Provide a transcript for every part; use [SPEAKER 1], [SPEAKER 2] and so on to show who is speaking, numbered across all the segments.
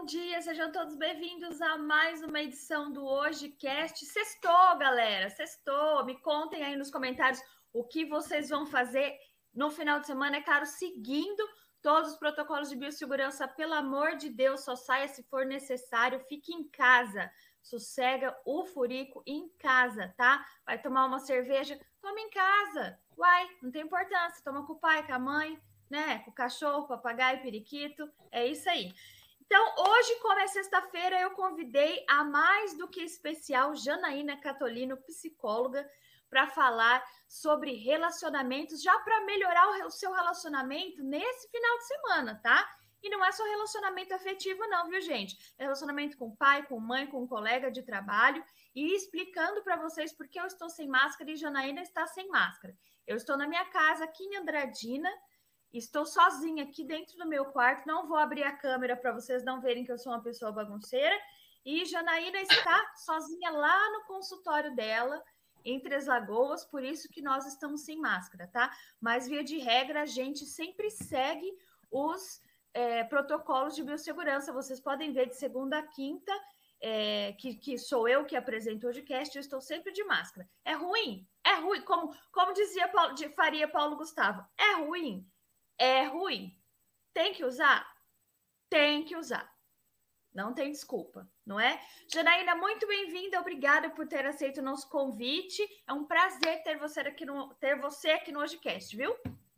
[SPEAKER 1] dia, sejam todos bem-vindos a mais uma edição do HojeCast. Sextou, galera, sextou. Me contem aí nos comentários o que vocês vão fazer no final de semana. É claro, seguindo todos os protocolos de biossegurança, pelo amor de Deus, só saia se for necessário, fique em casa, sossega o furico em casa, tá? Vai tomar uma cerveja, toma em casa, uai, não tem importância, toma com o pai, com a mãe, né, com o cachorro, papagaio, periquito, é isso aí. Então, hoje, como é sexta-feira, eu convidei a mais do que especial Janaína Catolino, psicóloga, para falar sobre relacionamentos, já para melhorar o seu relacionamento nesse final de semana, tá? E não é só relacionamento afetivo não, viu, gente? É relacionamento com pai, com mãe, com colega de trabalho, e explicando para vocês por que eu estou sem máscara e Janaína está sem máscara. Eu estou na minha casa aqui em Andradina, estou sozinha aqui dentro do meu quarto, não vou abrir a câmera para vocês não verem que eu sou uma pessoa bagunceira, e Janaína está sozinha lá no consultório dela, em Três Lagoas, por isso que nós estamos sem máscara, tá? Mas, via de regra, a gente sempre segue os protocolos de biossegurança. Vocês podem ver de segunda a quinta, que sou eu que apresento o HojeCast, eu estou sempre de máscara. É ruim? É ruim. Como dizia faria Paulo Gustavo, é ruim? É ruim. Tem que usar? Tem que usar. Não tem desculpa, não é? Janaína, muito bem-vinda, obrigada por ter aceito o nosso convite. É um prazer ter você aqui no HojeCast, viu?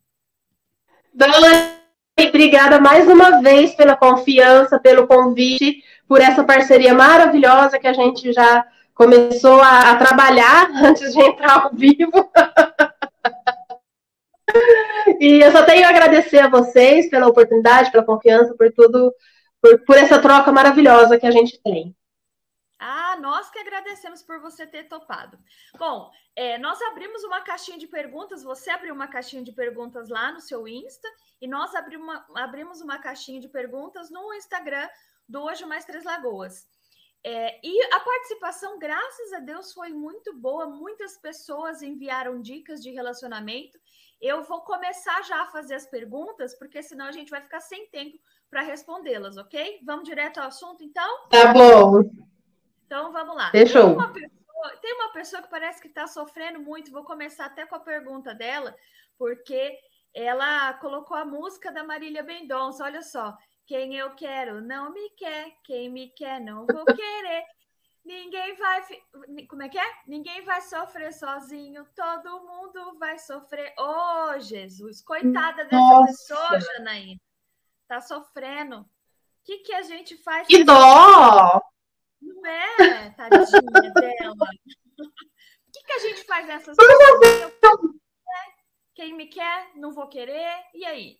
[SPEAKER 2] Dona, obrigada mais uma vez pela confiança, pelo convite, por essa parceria maravilhosa que a gente já começou a trabalhar antes de entrar ao vivo. E eu só tenho a agradecer a vocês pela oportunidade, pela confiança, por tudo, por essa troca maravilhosa que a gente tem.
[SPEAKER 1] Ah, nós que agradecemos por você ter topado. Bom, nós abrimos uma caixinha de perguntas, você abriu uma caixinha de perguntas lá no seu Insta, e nós abrimos uma caixinha de perguntas no Instagram do Hoje Mais Três Lagoas. E a participação, graças a Deus, foi muito boa, muitas pessoas enviaram dicas de relacionamento. Eu vou começar já a fazer as perguntas, porque senão a gente vai ficar sem tempo para respondê-las, ok? Vamos direto ao assunto, então?
[SPEAKER 2] Tá bom.
[SPEAKER 1] Então, vamos lá.
[SPEAKER 2] Fechou.
[SPEAKER 1] Tem uma pessoa que parece que está sofrendo muito, vou começar até com a pergunta dela, porque ela colocou a música da Marília Mendonça, olha só. Quem eu quero não me quer, quem me quer não vou querer. Ninguém vai... Como é que é? Ninguém vai sofrer sozinho, todo mundo vai sofrer. Oh, Jesus! Coitada dessa pessoa, Janaína. Tá sofrendo. O que a gente faz?
[SPEAKER 2] Que dó!
[SPEAKER 1] Não é, tadinha dela. O que a gente faz nessas pessoas? Quem me quer, não vou querer. E aí?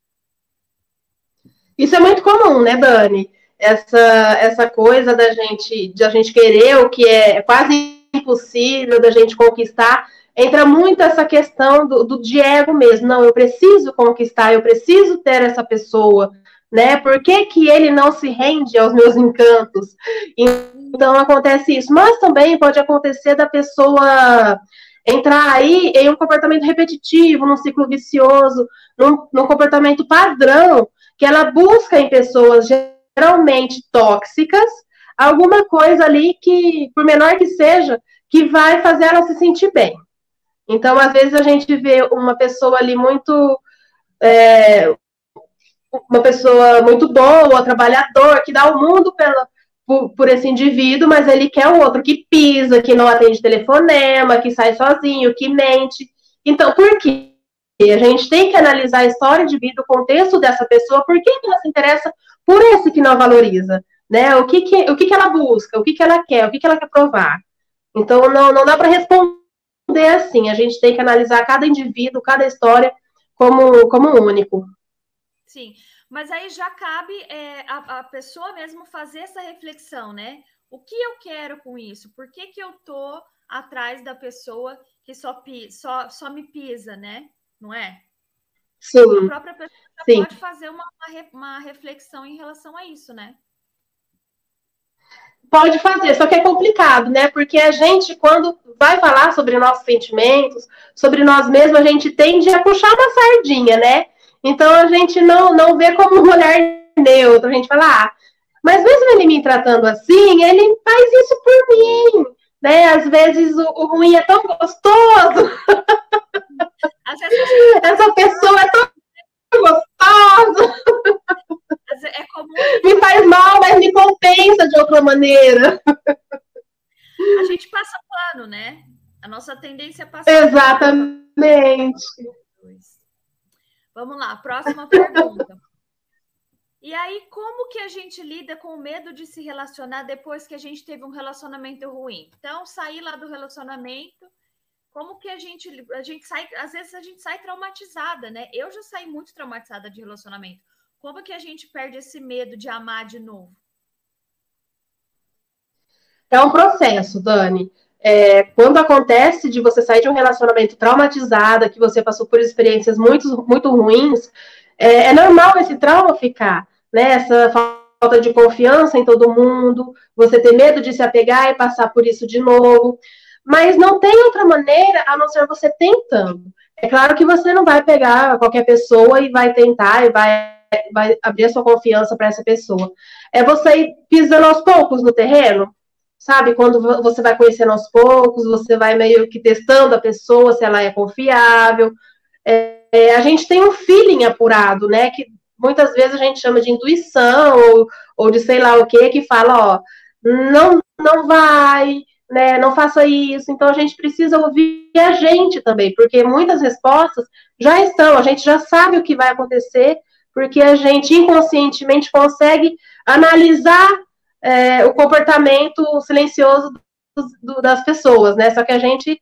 [SPEAKER 2] Isso é muito comum, né, Dani? Essa coisa de a gente querer o que é quase impossível da gente conquistar, entra muito essa questão de ego mesmo. Não, eu preciso conquistar, eu preciso ter essa pessoa, né? Por que ele não se rende aos meus encantos? Então acontece isso. Mas também pode acontecer da pessoa entrar aí em um comportamento repetitivo, num ciclo vicioso, num comportamento padrão, que ela busca em pessoas geralmente tóxicas, alguma coisa ali que, por menor que seja, que vai fazer ela se sentir bem. Então, às vezes, a gente vê uma pessoa ali uma pessoa muito boa, trabalhador, que dá o mundo por esse indivíduo, mas ele quer o outro que pisa, que não atende telefonema, que sai sozinho, que mente. Então, por quê? A gente tem que analisar a história de vida, o contexto dessa pessoa, por que ela se interessa por esse que não valoriza, né? O que ela busca, o que ela quer, o que ela quer provar. Então, não dá para responder assim. A gente tem que analisar cada indivíduo, cada história como único.
[SPEAKER 1] Sim, mas aí já cabe a pessoa mesmo fazer essa reflexão, né? O que eu quero com isso? Por que eu tô atrás da pessoa que só me pisa, né? Não é?
[SPEAKER 2] Sim.
[SPEAKER 1] A própria pessoa pode fazer uma reflexão em relação a isso, né?
[SPEAKER 2] Pode fazer, só que é complicado, né? Porque a gente, quando vai falar sobre nossos sentimentos, sobre nós mesmos, a gente tende a puxar uma sardinha, né? Então a gente não vê como um olhar neutro, a gente fala, Mas mesmo ele me tratando assim, ele faz isso por mim, né? Às vezes o ruim é tão gostoso.
[SPEAKER 1] Às vezes você
[SPEAKER 2] Essa pessoa é tão gostosa.
[SPEAKER 1] é comum
[SPEAKER 2] Me faz mal, mas me compensa de outra maneira.
[SPEAKER 1] a gente passa pano, né? A nossa tendência é passar
[SPEAKER 2] Exatamente.
[SPEAKER 1] pano. Vamos lá, próxima pergunta. E aí, como que a gente lida com o medo de se relacionar depois que a gente teve um relacionamento ruim? Então, sair lá do relacionamento, como que a gente sai, às vezes a gente sai traumatizada, né? Eu já saí muito traumatizada de relacionamento. Como que a gente perde esse medo de amar de novo?
[SPEAKER 2] É um processo, Dani. Quando acontece de você sair de um relacionamento traumatizada, que você passou por experiências muito, muito ruins, é normal esse trauma ficar, né? Essa falta de confiança em todo mundo, você ter medo de se apegar e passar por isso de novo. Mas não tem outra maneira a não ser você tentando. É claro que você não vai pegar qualquer pessoa e vai tentar e vai abrir a sua confiança para essa pessoa. É você ir pisando aos poucos no terreno, sabe? Quando você vai conhecendo aos poucos, você vai meio que testando a pessoa, se ela é confiável. A gente tem um feeling apurado, né? Que muitas vezes a gente chama de intuição ou de sei lá o que fala, ó, não vai, né? Não faça isso. Então a gente precisa ouvir a gente também, porque muitas respostas já estão, a gente já sabe o que vai acontecer, porque a gente inconscientemente consegue analisar o comportamento silencioso das pessoas, né? Só que a gente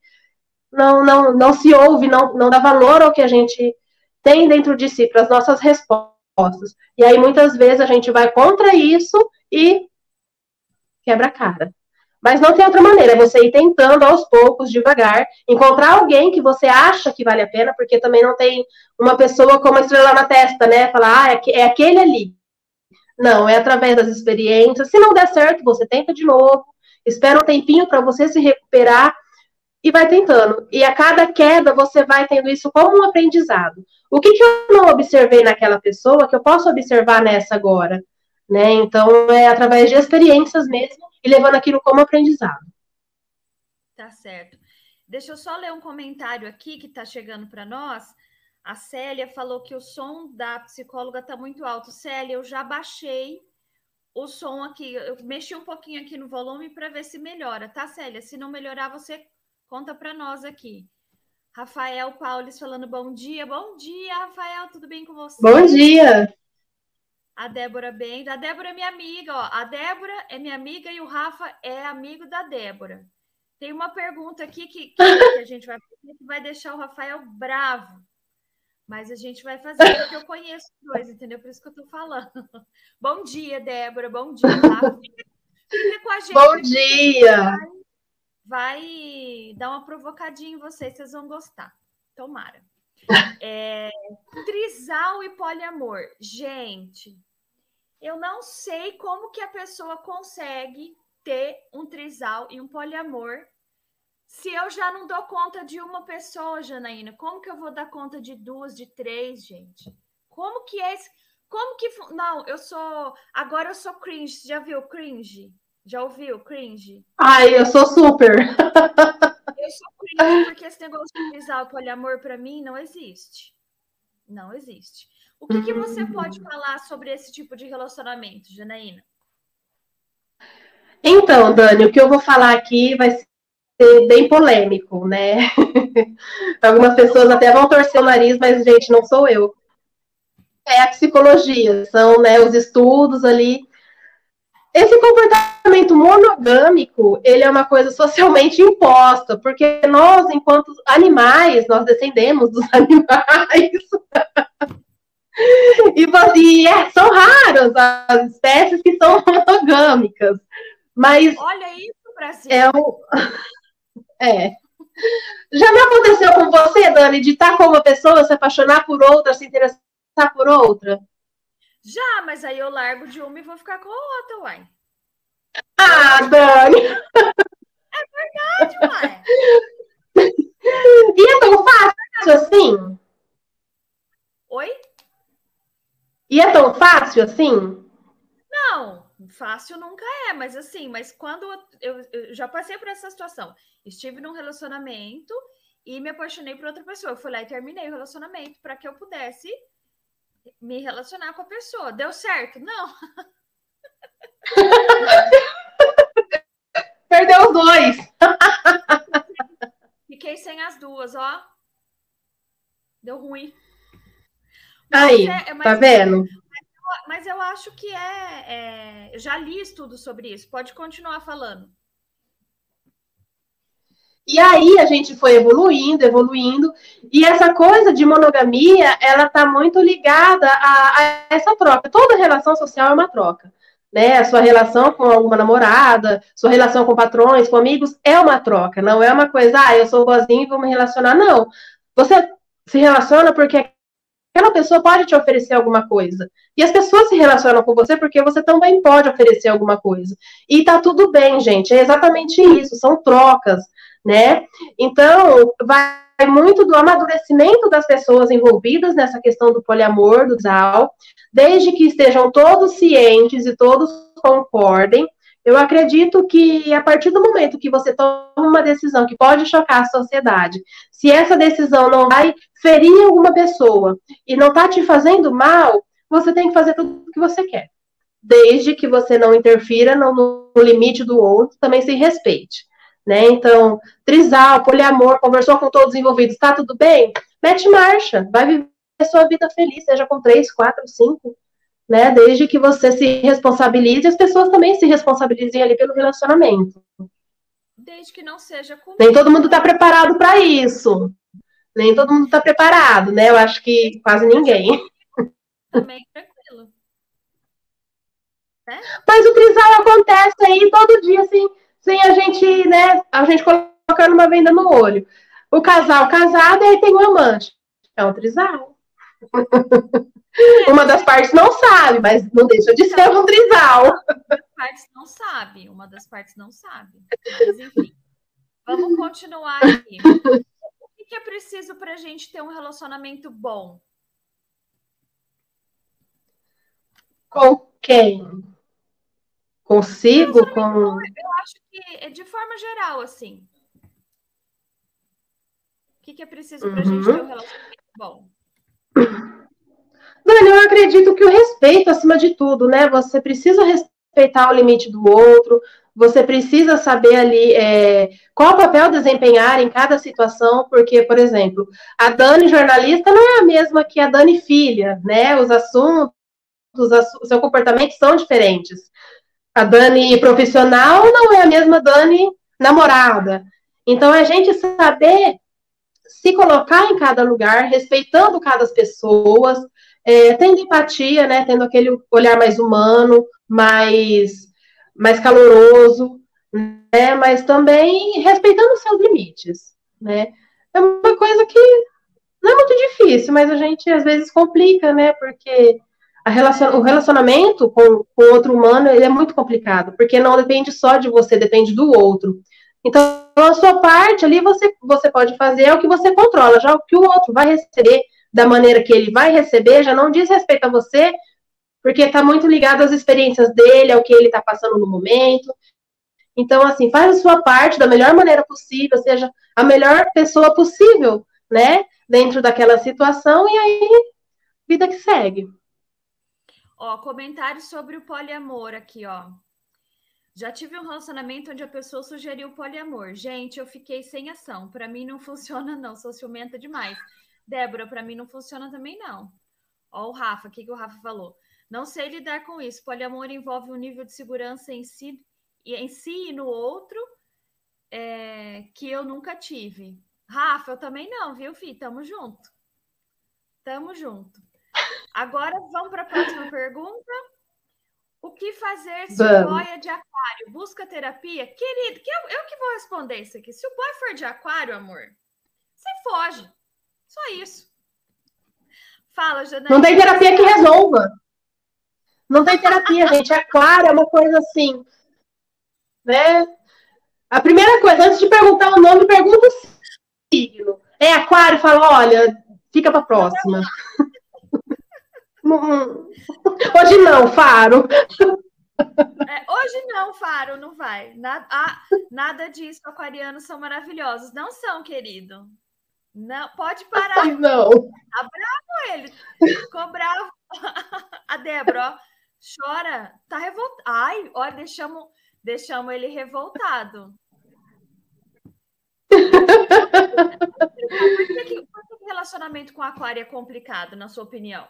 [SPEAKER 2] não se ouve, não dá valor ao que a gente tem dentro de si, para as nossas respostas. E aí, muitas vezes, a gente vai contra isso e quebra a cara. Mas não tem outra maneira, é você ir tentando aos poucos, devagar, encontrar alguém que você acha que vale a pena, porque também não tem uma pessoa com uma estrela na testa, né? Falar, é aquele ali. Não, é através das experiências. Se não der certo, você tenta de novo, espera um tempinho para você se recuperar e vai tentando. E a cada queda, você vai tendo isso como um aprendizado. O que eu não observei naquela pessoa que eu posso observar nessa agora? Né? Então, é através de experiências mesmo e levando aquilo como aprendizado.
[SPEAKER 1] Tá certo. Deixa eu só ler um comentário aqui que está chegando para nós. A Célia falou que o som da psicóloga está muito alto. Célia, eu já baixei o som aqui. Eu mexi um pouquinho aqui no volume para ver se melhora, tá, Célia? Se não melhorar, você conta para nós aqui. Rafael Paulis falando bom dia. Bom dia, Rafael. Tudo bem com você?
[SPEAKER 2] Bom dia.
[SPEAKER 1] A Débora bem. A Débora é minha amiga, ó. A Débora é minha amiga e o Rafa é amigo da Débora. Tem uma pergunta aqui que a gente vai fazer que vai deixar o Rafael bravo. Mas a gente vai fazer porque eu conheço os dois, entendeu? Por isso que eu tô falando. Bom dia, Débora. Bom dia, Rafa. Fica com a gente.
[SPEAKER 2] Bom dia.
[SPEAKER 1] Vai dar uma provocadinha em vocês vão gostar. Tomara. Trisal e poliamor. Gente, eu não sei como que a pessoa consegue ter um trisal e um poliamor se eu já não dou conta de uma pessoa, Janaína. Como que eu vou dar conta de duas, de três, gente? Como que é esse... Como que... Não, agora eu sou cringe. Você já viu cringe? Já ouviu cringe?
[SPEAKER 2] Ai, eu sou super.
[SPEAKER 1] Eu sou cringe porque esse negócio de trisal e poliamor para mim não existe. Não existe. O que você pode falar sobre esse tipo de relacionamento, Janaína?
[SPEAKER 2] Então, Dani, o que eu vou falar aqui vai ser bem polêmico, né? Algumas pessoas até vão torcer o nariz, mas, gente, não sou eu. É a psicologia, são, né, os estudos ali. Esse comportamento monogâmico, ele é uma coisa socialmente imposta, porque nós, enquanto animais, nós descendemos dos animais. São raras as espécies que são monogâmicas. Mas
[SPEAKER 1] olha isso, Brasil.
[SPEAKER 2] Já me aconteceu com você, Dani, de estar com uma pessoa, se apaixonar por outra, se interessar por outra?
[SPEAKER 1] Já, mas aí eu largo de uma e vou ficar com a outra, uai.
[SPEAKER 2] Ah, Dani!
[SPEAKER 1] É verdade, uai.
[SPEAKER 2] E é tão fácil assim?
[SPEAKER 1] Oi?
[SPEAKER 2] E é tão fácil assim?
[SPEAKER 1] Não, fácil nunca é, mas assim, mas quando eu já passei por essa situação, estive num relacionamento e me apaixonei por outra pessoa, eu fui lá e terminei o relacionamento para que eu pudesse me relacionar com a pessoa. Deu certo? Não.
[SPEAKER 2] Perdeu os dois.
[SPEAKER 1] Fiquei sem as duas, ó. Deu ruim.
[SPEAKER 2] Aí, tá vendo?
[SPEAKER 1] Mas eu acho que eu já li estudo sobre isso. Pode continuar falando.
[SPEAKER 2] E aí a gente foi evoluindo, e essa coisa de monogamia, ela tá muito ligada a essa troca. Toda relação social é uma troca, né? A sua relação com alguma namorada, sua relação com patrões, com amigos, é uma troca, não é uma coisa, eu sou boazinha e vou me relacionar, não. Você se relaciona porque aquela pessoa pode te oferecer alguma coisa. E as pessoas se relacionam com você porque você também pode oferecer alguma coisa. E tá tudo bem, gente, é exatamente isso, são trocas, né? Então, vai muito do amadurecimento das pessoas envolvidas nessa questão do poliamor, do casal, desde que estejam todos cientes e todos concordem. Eu acredito que a partir do momento que você toma uma decisão que pode chocar a sociedade, se essa decisão não vai ferir alguma pessoa e não está te fazendo mal, você tem que fazer tudo o que você quer. Desde que você não interfira no limite do outro, também se respeite. Né? Então, trisal, poliamor, conversou com todos os envolvidos, tá tudo bem? Mete marcha, vai viver a sua vida feliz, seja com 3, 4, 5, né? Desde que você se responsabilize, as pessoas também se responsabilizem ali pelo relacionamento.
[SPEAKER 1] Desde que não seja comigo.
[SPEAKER 2] Nem todo mundo está preparado para isso. Nem todo mundo está preparado, né? Eu acho que quase ninguém.
[SPEAKER 1] Também tranquilo.
[SPEAKER 2] Mas o trisal acontece aí todo dia, assim, sem a gente, né? A gente colocando uma venda no olho. O casal casado e aí tem um amante. É um trisal. Uma das partes não sabe, mas não deixa de ser um trisal.
[SPEAKER 1] Uma das partes não sabe. Mas, enfim. Vamos continuar aqui. O que é preciso para a gente ter um relacionamento bom?
[SPEAKER 2] Com quem? Consigo? Com...
[SPEAKER 1] Eu acho que é de forma geral, assim. O que é preciso para a gente ter um relacionamento bom?
[SPEAKER 2] Dani, eu acredito que o respeito, acima de tudo, né? Você precisa respeitar o limite do outro, você precisa saber ali qual o papel desempenhar em cada situação, porque, por exemplo, a Dani jornalista não é a mesma que a Dani filha, né? Os assuntos, o seu comportamento são diferentes. A Dani profissional não é a mesma Dani namorada. Então, a gente saber se colocar em cada lugar, respeitando cada pessoa, tendo empatia, né? Tendo aquele olhar mais humano, mais caloroso, né? Mas também respeitando os seus limites, né? É uma coisa que não é muito difícil, mas a gente às vezes complica, né? Porque o relacionamento com outro humano ele é muito complicado, porque não depende só de você, depende do outro. Então, a sua parte ali você pode fazer é o que você controla, já o que o outro vai receber da maneira que ele vai receber já não diz respeito a você, porque está muito ligado às experiências dele, ao que ele está passando no momento. Então, assim, faz a sua parte da melhor maneira possível, seja a melhor pessoa possível, né? Dentro daquela situação, e aí, vida que segue.
[SPEAKER 1] Ó, comentário sobre o poliamor aqui, ó. Já tive um relacionamento onde a pessoa sugeriu poliamor. Gente, eu fiquei sem ação. Para mim não funciona, não. Sou ciumenta demais. Débora, para mim não funciona também, não. Ó, o Rafa, o que o Rafa falou? Não sei lidar com isso. Poliamor envolve um nível de segurança em si e no outro que eu nunca tive. Rafa, eu também não, viu, Fih? Tamo junto. Tamo junto. Agora, vamos para a próxima pergunta. O que fazer se o boy é de aquário? Busca terapia? Querido, eu que vou responder isso aqui. Se o boy for de aquário, amor, você foge. Só isso. Fala, Janaína.
[SPEAKER 2] Não tem terapia que resolva. Não tem terapia, gente. Aquário é uma coisa assim, né? A primeira coisa, antes de perguntar o nome, pergunta o signo. É aquário? Fala, olha, fica para próxima. Hoje não, Faro.
[SPEAKER 1] Hoje não, Faro, não vai. Nada disso, aquarianos são maravilhosos. Não são, querido. Não, pode parar.
[SPEAKER 2] Não.
[SPEAKER 1] Tá bravo ele. Ficou bravo. A Débora, ó, chora. Tá revoltado. Ai, olha, deixamos ele revoltado. Por que o relacionamento com aquário é complicado, na sua opinião?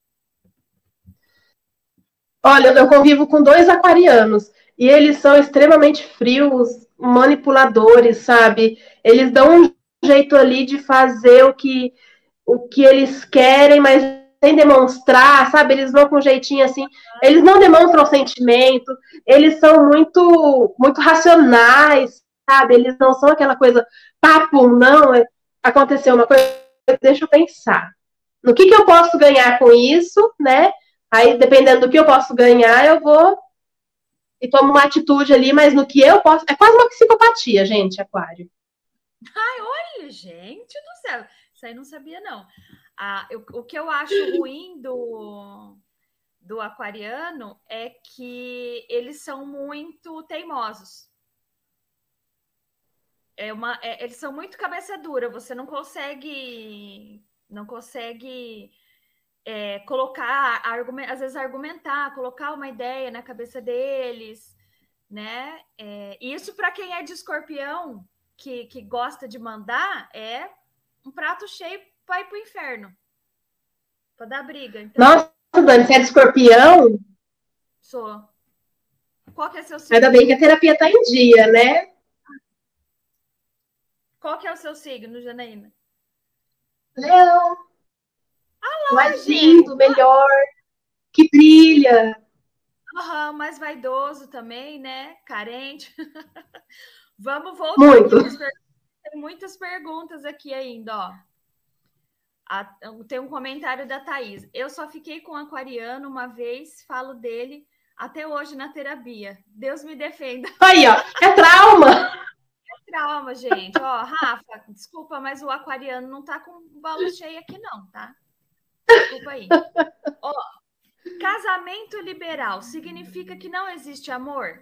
[SPEAKER 2] Olha, eu convivo com 2 aquarianos e eles são extremamente frios, manipuladores, sabe? Eles dão um jeito ali de fazer o que eles querem, mas sem demonstrar, sabe? Eles vão com um jeitinho assim, eles não demonstram sentimento, eles são muito racionais, sabe? Eles não são aquela coisa, papo, não, aconteceu uma coisa, deixa eu pensar. No que eu posso ganhar com isso, né? Aí, dependendo do que eu posso ganhar, eu vou e tomo uma atitude ali, mas no que eu posso. É quase uma psicopatia, gente, aquário.
[SPEAKER 1] Ai, olha, gente do céu. Isso aí não sabia, não. O que eu acho ruim do aquariano é que eles são muito teimosos. Eles são muito cabeça dura. Você não consegue colocar, às vezes argumentar, colocar uma ideia na cabeça deles, né? Isso para quem é de escorpião, que gosta de mandar, é um prato cheio para ir para o inferno, para dar briga. Então,
[SPEAKER 2] nossa, Dani, você é de escorpião?
[SPEAKER 1] sou. Qual que é seu signo?
[SPEAKER 2] Ainda bem que a terapia tá em dia, né?
[SPEAKER 1] Qual que é o seu signo, Janaína?
[SPEAKER 2] Leão. Mais lindo,
[SPEAKER 1] gente!
[SPEAKER 2] melhor, que brilha.
[SPEAKER 1] Uhum, mais vaidoso também, né? Carente. Vamos voltar
[SPEAKER 2] Muito.
[SPEAKER 1] aqui. Tem muitas perguntas aqui ainda, ó. Tem um comentário da Thaís. Eu só fiquei com um aquariano uma vez, falo dele até hoje na terapia. Deus me defenda.
[SPEAKER 2] Aí, ó, é trauma.
[SPEAKER 1] É trauma, gente. Ó, Rafa, desculpa, mas o aquariano não tá com bola cheia aqui, não, tá? Desculpa aí. Ó, casamento liberal significa que não existe amor?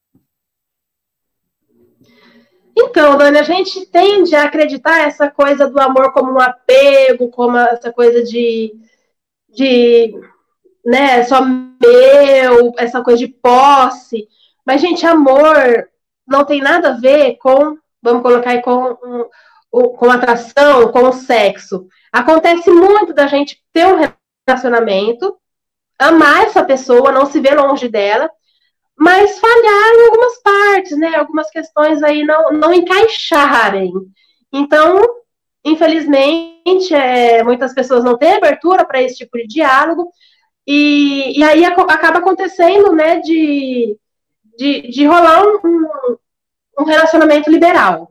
[SPEAKER 2] Então, Dani, a gente tende a acreditar essa coisa do amor como um apego, como essa coisa de né, só meu, essa coisa de posse. Mas, gente, amor não tem nada a ver com, vamos colocar aí, com atração, com sexo. Acontece muito da gente ter um relacionamento, amar essa pessoa, não se ver longe dela, mas falhar em algumas partes, né? Algumas questões aí não encaixarem. Então, infelizmente, muitas pessoas não têm abertura para esse tipo de diálogo, e aí acaba acontecendo, né, de rolar um relacionamento liberal.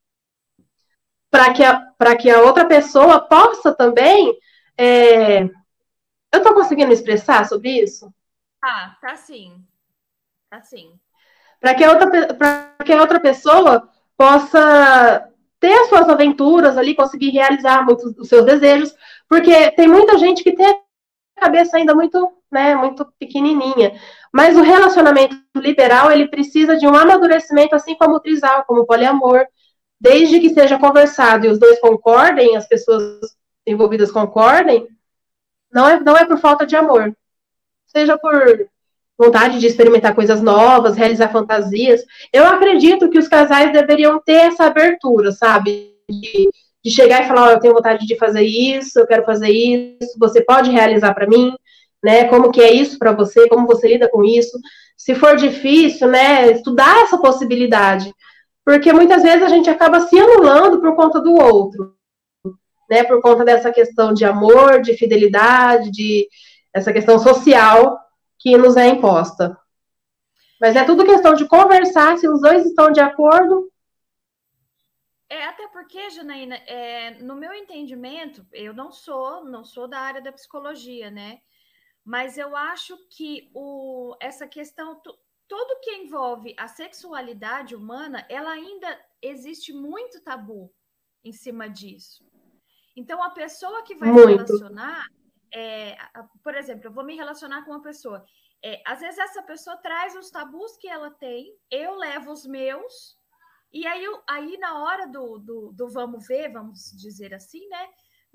[SPEAKER 2] Para que a outra pessoa possa também. Eu estou conseguindo me expressar sobre isso?
[SPEAKER 1] Tá sim. Tá sim.
[SPEAKER 2] Para que a outra pessoa possa ter as suas aventuras ali, conseguir realizar muitos dos seus desejos, porque tem muita gente que tem a cabeça ainda muito, né, muito pequenininha. Mas o relacionamento liberal, ele precisa de um amadurecimento, assim como o trisal, como o poliamor, desde que seja conversado e os dois concordem, as pessoas envolvidas concordem, não é por falta de amor, seja por vontade de experimentar coisas novas, realizar fantasias. Eu acredito que os casais deveriam ter essa abertura, sabe? De chegar e falar, oh, eu tenho vontade de fazer isso, eu quero fazer isso, você pode realizar para mim, né? Como que é isso para você, como você lida com isso. Se for difícil, né, estudar essa possibilidade, porque muitas vezes a gente acaba se anulando por conta do outro, né? Por conta dessa questão de amor, de fidelidade, de essa questão social que nos é imposta. Mas é tudo questão de conversar, se os dois estão de acordo.
[SPEAKER 1] Até porque, Janaína, no meu entendimento, eu não sou da área da psicologia, né? Mas eu acho que essa questão, tudo que envolve a sexualidade humana, ela ainda existe muito tabu em cima disso. Então, a pessoa que vai se relacionar, por exemplo, eu vou me relacionar com uma pessoa, às vezes essa pessoa traz os tabus que ela tem, eu levo os meus, e aí na hora do vamos ver, vamos dizer assim, né?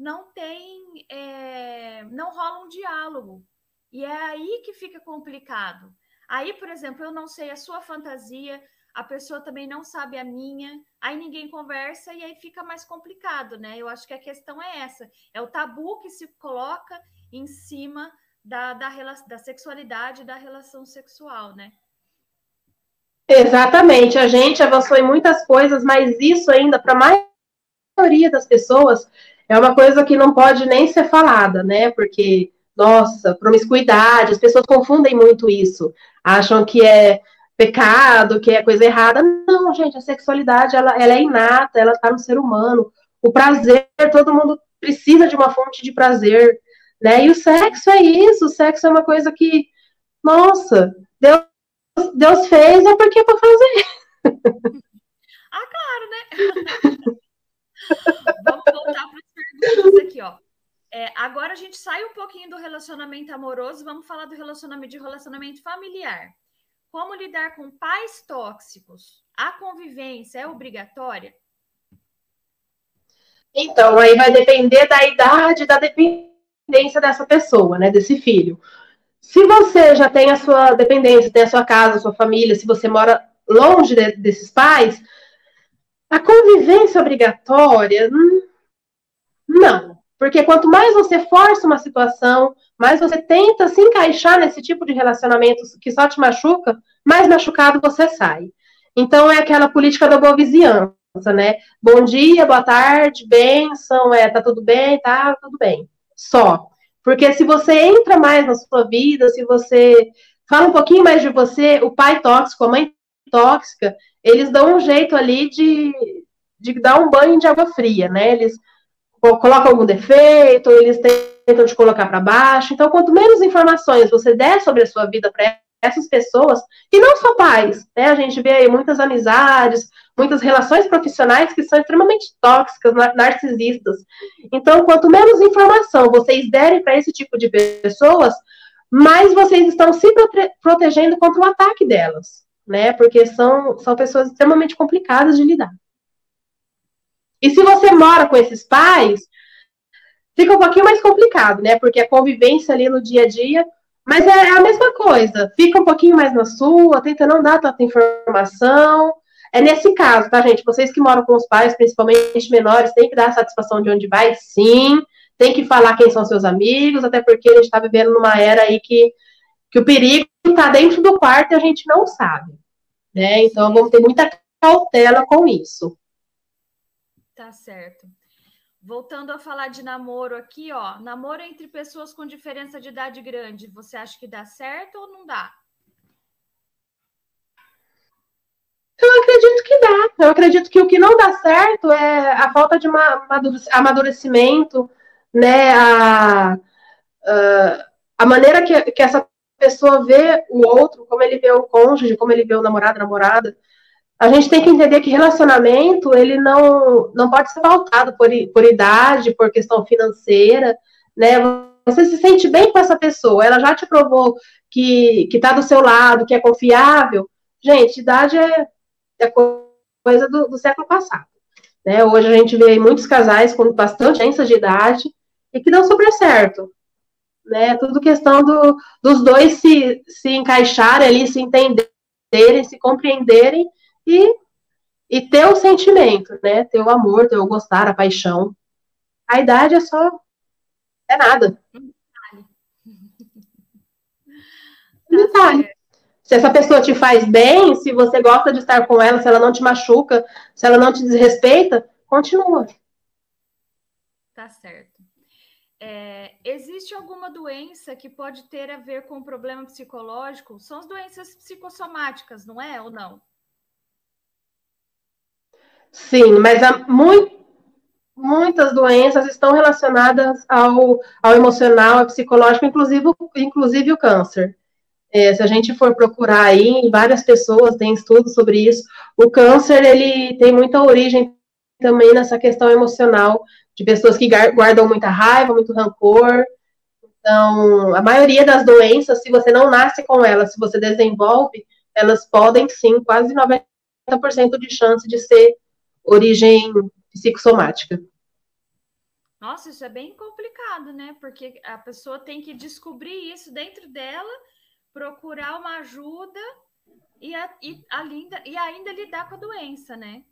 [SPEAKER 1] Não rola um diálogo. E é aí que fica complicado. Aí, por exemplo, eu não sei a sua fantasia, a pessoa também não sabe a minha, aí ninguém conversa e aí fica mais complicado, né? Eu acho que a questão é essa, é o tabu que se coloca em cima da sexualidade, da relação sexual, né?
[SPEAKER 2] Exatamente, a gente avançou em muitas coisas, mas isso ainda, para a maioria das pessoas, é uma coisa que não pode nem ser falada, né? Porque, nossa, promiscuidade, as pessoas confundem muito isso, acham que é pecado, que é coisa errada. Não, gente, a sexualidade, ela é inata, ela está no ser humano. O prazer, todo mundo precisa de uma fonte de prazer, né? E o sexo é isso, o sexo é uma coisa que, nossa, Deus fez, é porque é para fazer.
[SPEAKER 1] Ah, claro, né? Vamos voltar para as perguntas aqui, ó. Agora a gente sai um pouquinho do relacionamento amoroso, vamos falar do relacionamento familiar. Como lidar com pais tóxicos? A convivência é obrigatória?
[SPEAKER 2] Então, aí vai depender da idade, da dependência dessa pessoa, né, desse filho. Se você já tem a sua dependência, tem a sua casa, a sua família, se você mora longe desses pais, a convivência obrigatória, não. Porque quanto mais você força uma situação, mais você tenta se encaixar nesse tipo de relacionamento que só te machuca, mais machucado você sai. Então, é aquela política da boa vizinhança, né? Bom dia, boa tarde, bênção, tá tudo bem, tá tudo bem. Só. Porque se você entra mais na sua vida, se você fala um pouquinho mais de você, o pai tóxico, a mãe tóxica, eles dão um jeito ali de dar um banho de água fria, né? Eles colocam algum defeito, eles tentam te colocar para baixo. Então, quanto menos informações você der sobre a sua vida para essas pessoas, e não só pais, né? A gente vê aí muitas amizades, muitas relações profissionais que são extremamente tóxicas, narcisistas. Então, quanto menos informação vocês derem para esse tipo de pessoas, mais vocês estão se protegendo contra o ataque delas, né? Porque são pessoas extremamente complicadas de lidar. E se você mora com esses pais, fica um pouquinho mais complicado, né? Porque a convivência ali no dia a dia, mas é a mesma coisa. Fica um pouquinho mais na sua, tenta não dar tanta informação. É nesse caso, tá, gente? Vocês que moram com os pais, principalmente menores, tem que dar a satisfação de onde vai, sim. Tem que falar quem são seus amigos, até porque a gente está vivendo numa era aí que o perigo está dentro do quarto e a gente não sabe, né? Então, vamos ter muita cautela com isso.
[SPEAKER 1] Tá certo. Voltando a falar de namoro aqui, ó. Namoro entre pessoas com diferença de idade grande. Você acha que dá certo ou não dá?
[SPEAKER 2] Eu acredito que dá. Eu acredito que o que não dá certo é a falta de amadurecimento, né? A maneira que essa pessoa vê o outro, como ele vê o cônjuge, como ele vê o namorado, namorada. A gente tem que entender que relacionamento, ele não pode ser pautado por idade, por questão financeira, né? Você se sente bem com essa pessoa, ela já te provou que tá do seu lado, que é confiável. Gente, idade é coisa do século passado, né? Hoje a gente vê muitos casais com bastante diferença de idade e que dão super certo, né? Tudo questão dos dois se encaixarem ali, se entenderem, se compreenderem e ter o sentimento, né? Ter o amor, ter o gostar, a paixão. A idade é nada. Detalhe. Se essa pessoa te faz bem, se você gosta de estar com ela, se ela não te machuca, se ela não te desrespeita, continua.
[SPEAKER 1] Tá certo. Existe alguma doença que pode ter a ver com problema psicológico? São as doenças psicossomáticas, não é? Ou não?
[SPEAKER 2] Sim, mas muitas doenças estão relacionadas ao emocional, ao psicológico, inclusive o câncer. Se a gente for procurar aí, várias pessoas têm estudos sobre isso. O câncer, ele tem muita origem também nessa questão emocional, de pessoas que guardam muita raiva, muito rancor. Então, a maioria das doenças, se você não nasce com elas, se você desenvolve, elas podem sim, quase 90% de chance de ser origem psicossomática.
[SPEAKER 1] Nossa, isso é bem complicado, né? Porque a pessoa tem que descobrir isso dentro dela, procurar uma ajuda e ainda lidar com a doença, né?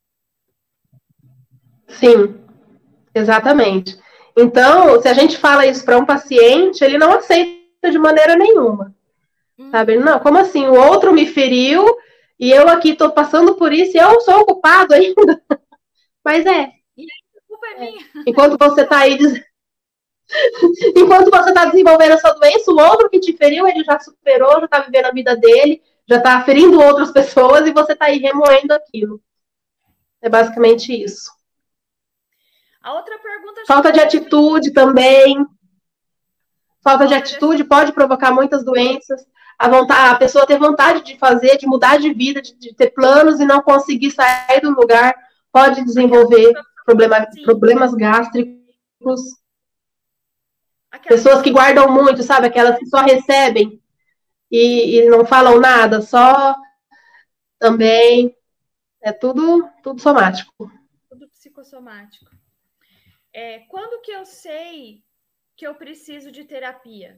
[SPEAKER 2] Sim, exatamente. Então, se a gente fala isso para um paciente, ele não aceita de maneira nenhuma. Sabe? Não, como assim? O outro me feriu e eu aqui estou passando por isso e eu sou o culpado ainda. Mas
[SPEAKER 1] E a culpa é minha.
[SPEAKER 2] Enquanto você está aí enquanto você está desenvolvendo essa doença, o outro que te feriu, ele já superou, já está vivendo a vida dele, já está ferindo outras pessoas e você está aí remoendo aquilo. É basicamente isso.
[SPEAKER 1] A outra pergunta...
[SPEAKER 2] Falta de atitude também. Falta de atitude pode provocar muitas doenças. A pessoa ter vontade de fazer, de mudar de vida, de ter planos e não conseguir sair do lugar, pode desenvolver problemas gástricos. Pessoas que guardam muito, sabe? Aquelas que só recebem e não falam nada, só também. É tudo somático.
[SPEAKER 1] Tudo psicossomático. Quando que eu sei que eu preciso de terapia?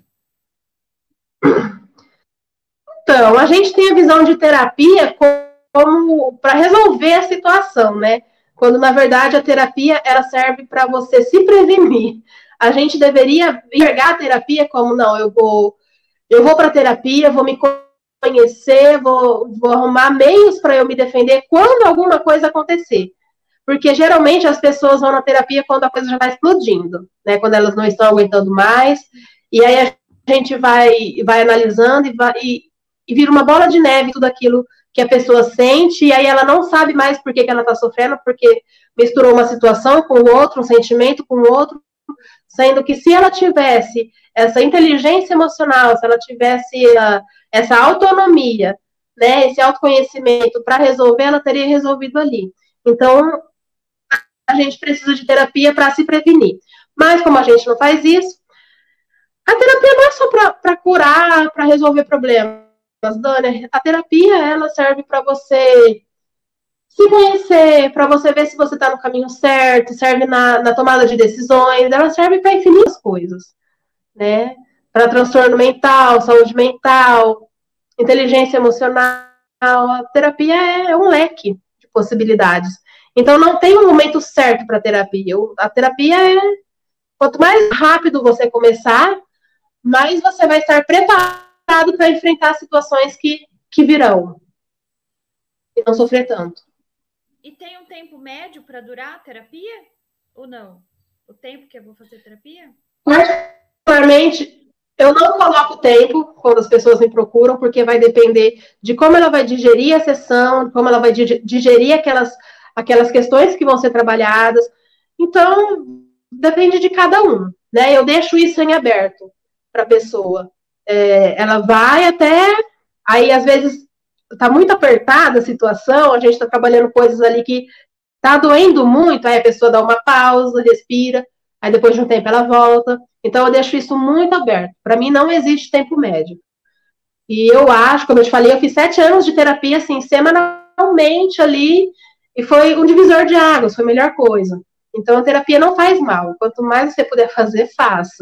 [SPEAKER 2] Então, a gente tem a visão de terapia como para resolver a situação, né? Quando, na verdade, a terapia ela serve para você se prevenir. A gente deveria enxergar a terapia como, não, eu vou para a terapia, vou me conhecer, vou arrumar meios para eu me defender quando alguma coisa acontecer. Porque, geralmente, as pessoas vão na terapia quando a coisa já está explodindo, né? Quando elas não estão aguentando mais. E aí a gente vai analisando e vira uma bola de neve tudo aquilo que a pessoa sente, e aí ela não sabe mais por que ela está sofrendo, porque misturou uma situação com o outro, um sentimento com o outro, sendo que se ela tivesse essa inteligência emocional, se ela tivesse essa autonomia, né, esse autoconhecimento para resolver, ela teria resolvido ali. Então, a gente precisa de terapia para se prevenir. Mas, como a gente não faz isso, a terapia não é só para curar, para resolver problemas, Dani. A terapia, ela serve para você se conhecer, para você ver se você está no caminho certo, serve na tomada de decisões, ela serve para infinitas coisas, né? Para transtorno mental, saúde mental, inteligência emocional. A terapia é um leque de possibilidades. Então, não tem um momento certo para terapia. A terapia quanto mais rápido você começar, mais você vai estar preparado para enfrentar situações que virão e não sofrer tanto.
[SPEAKER 1] E tem um tempo médio para durar a terapia? Ou não? O tempo que eu vou fazer terapia?
[SPEAKER 2] Particularmente, eu não coloco tempo quando as pessoas me procuram, porque vai depender de como ela vai digerir a sessão, como ela vai digerir aquelas questões que vão ser trabalhadas. Então, depende de cada um, né? Eu deixo isso em aberto para a pessoa. Ela vai até... Aí, às vezes, está muito apertada a situação, a gente está trabalhando coisas ali que está doendo muito, aí a pessoa dá uma pausa, respira, aí depois de um tempo ela volta. Então, eu deixo isso muito aberto. Para mim, não existe tempo médio. E eu acho, como eu te falei, eu fiz 7 anos de terapia, assim, semanalmente ali, e foi um divisor de águas, foi a melhor coisa. Então, a terapia não faz mal. Quanto mais você puder fazer, faça.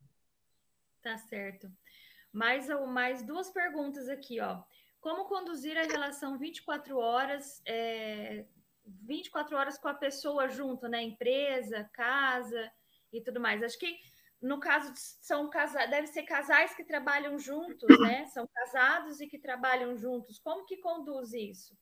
[SPEAKER 1] Tá certo. Mais 2 perguntas aqui, ó. Como conduzir a relação 24 horas com a pessoa junto, né? Empresa, casa e tudo mais. Acho que, no caso, deve ser casais que trabalham juntos, né? São casados e que trabalham juntos. Como que conduz isso?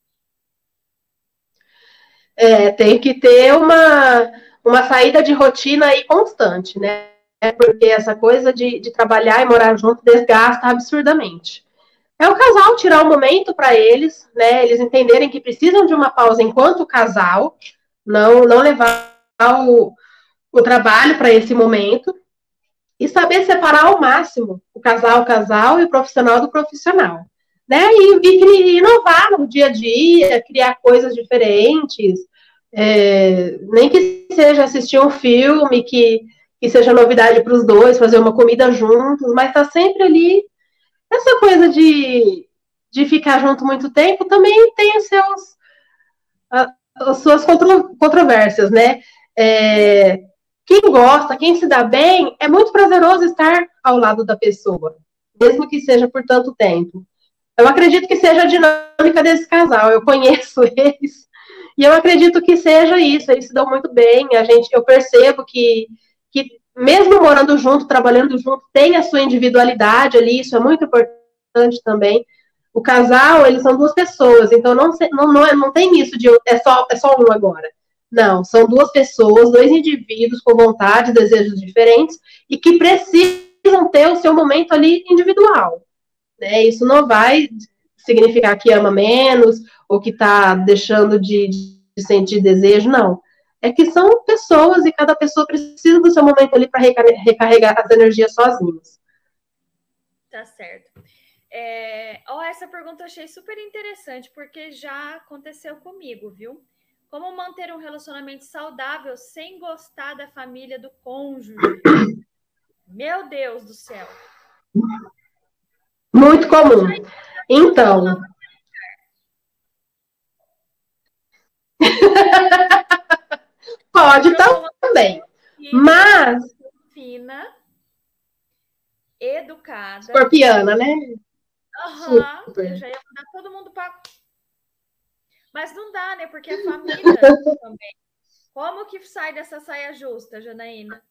[SPEAKER 2] Tem que ter uma saída de rotina aí constante, né? Porque essa coisa de trabalhar e morar junto desgasta absurdamente. É o casal tirar um momento para eles, né? Eles entenderem que precisam de uma pausa enquanto casal, não levar o trabalho para esse momento, e saber separar ao máximo o casal e o profissional do profissional, né? E inovar no dia a dia, criar coisas diferentes, nem que seja assistir um filme que que seja novidade para os dois, fazer uma comida juntos, mas tá sempre ali. Essa coisa de ficar junto muito tempo também tem as suas controvérsias, né? Quem gosta, quem se dá bem, é muito prazeroso estar ao lado da pessoa, mesmo que seja por tanto tempo. Eu acredito que seja a dinâmica desse casal, eu conheço eles, e eu acredito que seja isso, eles se dão muito bem, eu percebo que mesmo morando junto, trabalhando junto, tem a sua individualidade ali, isso é muito importante também. O casal, eles são duas pessoas, então não tem isso de é só um agora. Não, são duas pessoas, dois indivíduos com vontade, desejos diferentes e que precisam ter o seu momento ali individual. Né? Isso não vai significar que ama menos ou que está deixando de sentir desejo, não. É que são pessoas e cada pessoa precisa do seu momento ali para recarregar as energias sozinhos.
[SPEAKER 1] Tá certo. Essa pergunta eu achei super interessante, porque já aconteceu comigo, viu? Como manter um relacionamento saudável sem gostar da família do cônjuge? Meu Deus do céu.
[SPEAKER 2] Muito comum. Então... Pode também. Mas...
[SPEAKER 1] Fina, educada.
[SPEAKER 2] Escorpiana, né?
[SPEAKER 1] Eu já ia mandar todo mundo para... Mas não dá, né? Porque a família também. Como que sai dessa saia justa, Janaína?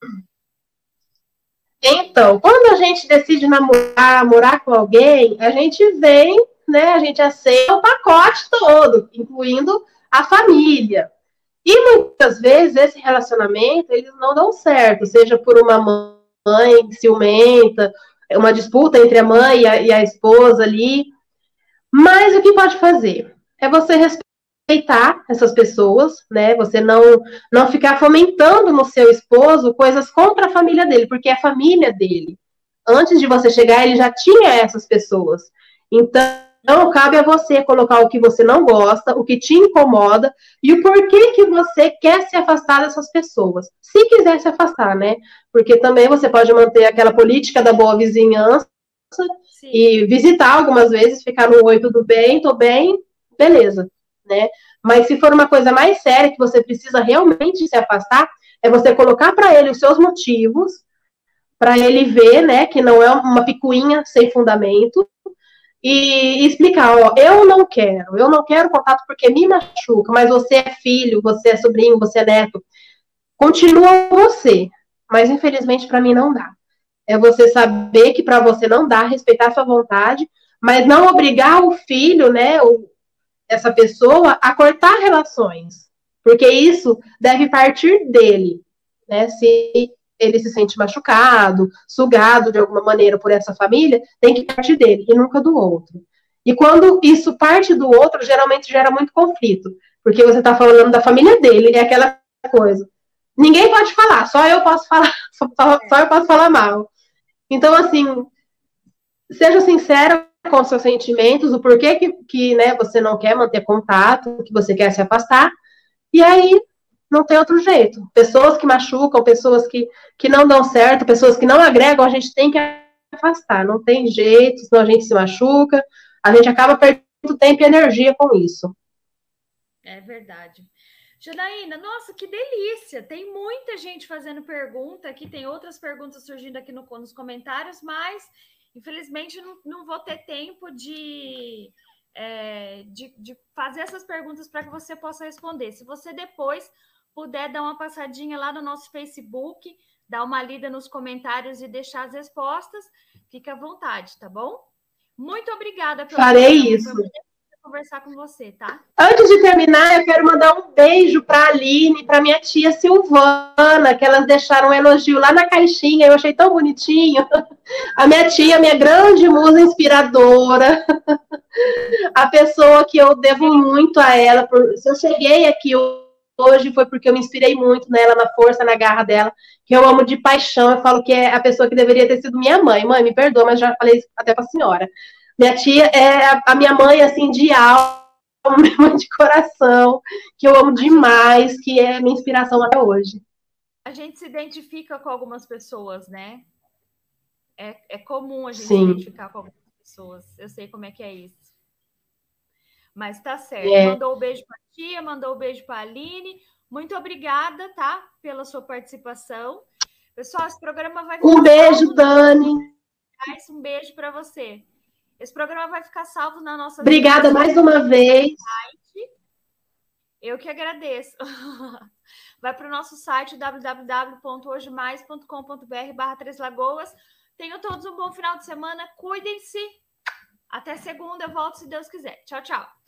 [SPEAKER 2] Então, quando a gente decide morar com alguém, a gente vem, né? A gente aceita o pacote todo, incluindo a família. E muitas vezes esse relacionamento, eles não dão certo, seja por uma mãe ciumenta, uma disputa entre a mãe e a esposa ali. Mas o que pode fazer? É você respeitar essas pessoas, né? Você não ficar fomentando no seu esposo coisas contra a família dele, porque é a família dele. Antes de você chegar, ele já tinha essas pessoas. Então, cabe a você colocar o que você não gosta, o que te incomoda e o porquê que você quer se afastar dessas pessoas. Se quiser se afastar, né? Porque também você pode manter aquela política da boa vizinhança. Sim. E visitar algumas vezes, ficar no oi, tudo bem, tô bem, beleza, né? Mas se for uma coisa mais séria, que você precisa realmente se afastar, é você colocar para ele os seus motivos, para ele ver, né, que não é uma picuinha sem fundamento, e explicar, ó, eu não quero contato porque me machuca, mas você é filho, você é sobrinho, você é neto, continua você, mas infelizmente para mim não dá. É você saber que para você não dá, respeitar a sua vontade, mas não obrigar o filho, né, essa pessoa, a cortar relações, porque isso deve partir dele, né, se ele se sente machucado, sugado de alguma maneira por essa família, tem que partir dele e nunca do outro. E quando isso parte do outro, geralmente gera muito conflito, porque você está falando da família dele, é aquela coisa. Ninguém pode falar, só eu posso falar, só eu posso falar mal. Então, assim, seja sincera com seus sentimentos, o porquê que né, você não quer manter contato, que você quer se afastar, e aí não tem outro jeito. Pessoas que machucam, pessoas que não dão certo, pessoas que não agregam, a gente tem que afastar, não tem jeito, senão a gente se machuca, a gente acaba perdendo tempo e energia com isso.
[SPEAKER 1] É verdade. Janaína, nossa, que delícia! Tem muita gente fazendo pergunta aqui, tem outras perguntas surgindo aqui nos comentários, mas infelizmente não vou ter tempo de fazer essas perguntas para que você possa responder. Se você depois puder dar uma passadinha lá no nosso Facebook, dar uma lida nos comentários e deixar as respostas, fica à vontade, tá bom? Muito obrigada.
[SPEAKER 2] Farei isso.
[SPEAKER 1] Conversar com você, tá?
[SPEAKER 2] Antes de terminar, eu quero mandar um beijo para a Aline e para minha tia Silvana, que elas deixaram um elogio lá na caixinha, eu achei tão bonitinho. A minha tia, minha grande musa inspiradora, a pessoa que eu devo muito a ela. Se eu cheguei aqui hoje foi porque eu me inspirei muito nela, na força, na garra dela, que eu amo de paixão. Eu falo que é a pessoa que deveria ter sido minha mãe. Mãe, me perdoa, mas já falei isso até para a senhora. Minha tia é a minha mãe, assim, de alma, minha mãe de coração, que eu amo demais, que é minha inspiração até hoje.
[SPEAKER 1] a gente se identifica com algumas pessoas, né? É comum a gente
[SPEAKER 2] Sim.
[SPEAKER 1] se identificar com algumas pessoas. Eu sei como é que é isso. Mas tá certo. Mandou um beijo para a tia, mandou um beijo para a Aline. Muito obrigada, tá? Pela sua participação. Pessoal, esse programa vai ficar
[SPEAKER 2] Um beijo, Dani.
[SPEAKER 1] Um beijo para você. Esse programa vai ficar salvo na nossa...
[SPEAKER 2] Obrigada mais uma vez.
[SPEAKER 1] Eu que agradeço. Vai para o nosso site www.hojemais.com.br/Três Lagoas. Tenham todos um bom final de semana. Cuidem-se. Até segunda. Eu volto se Deus quiser. Tchau, tchau.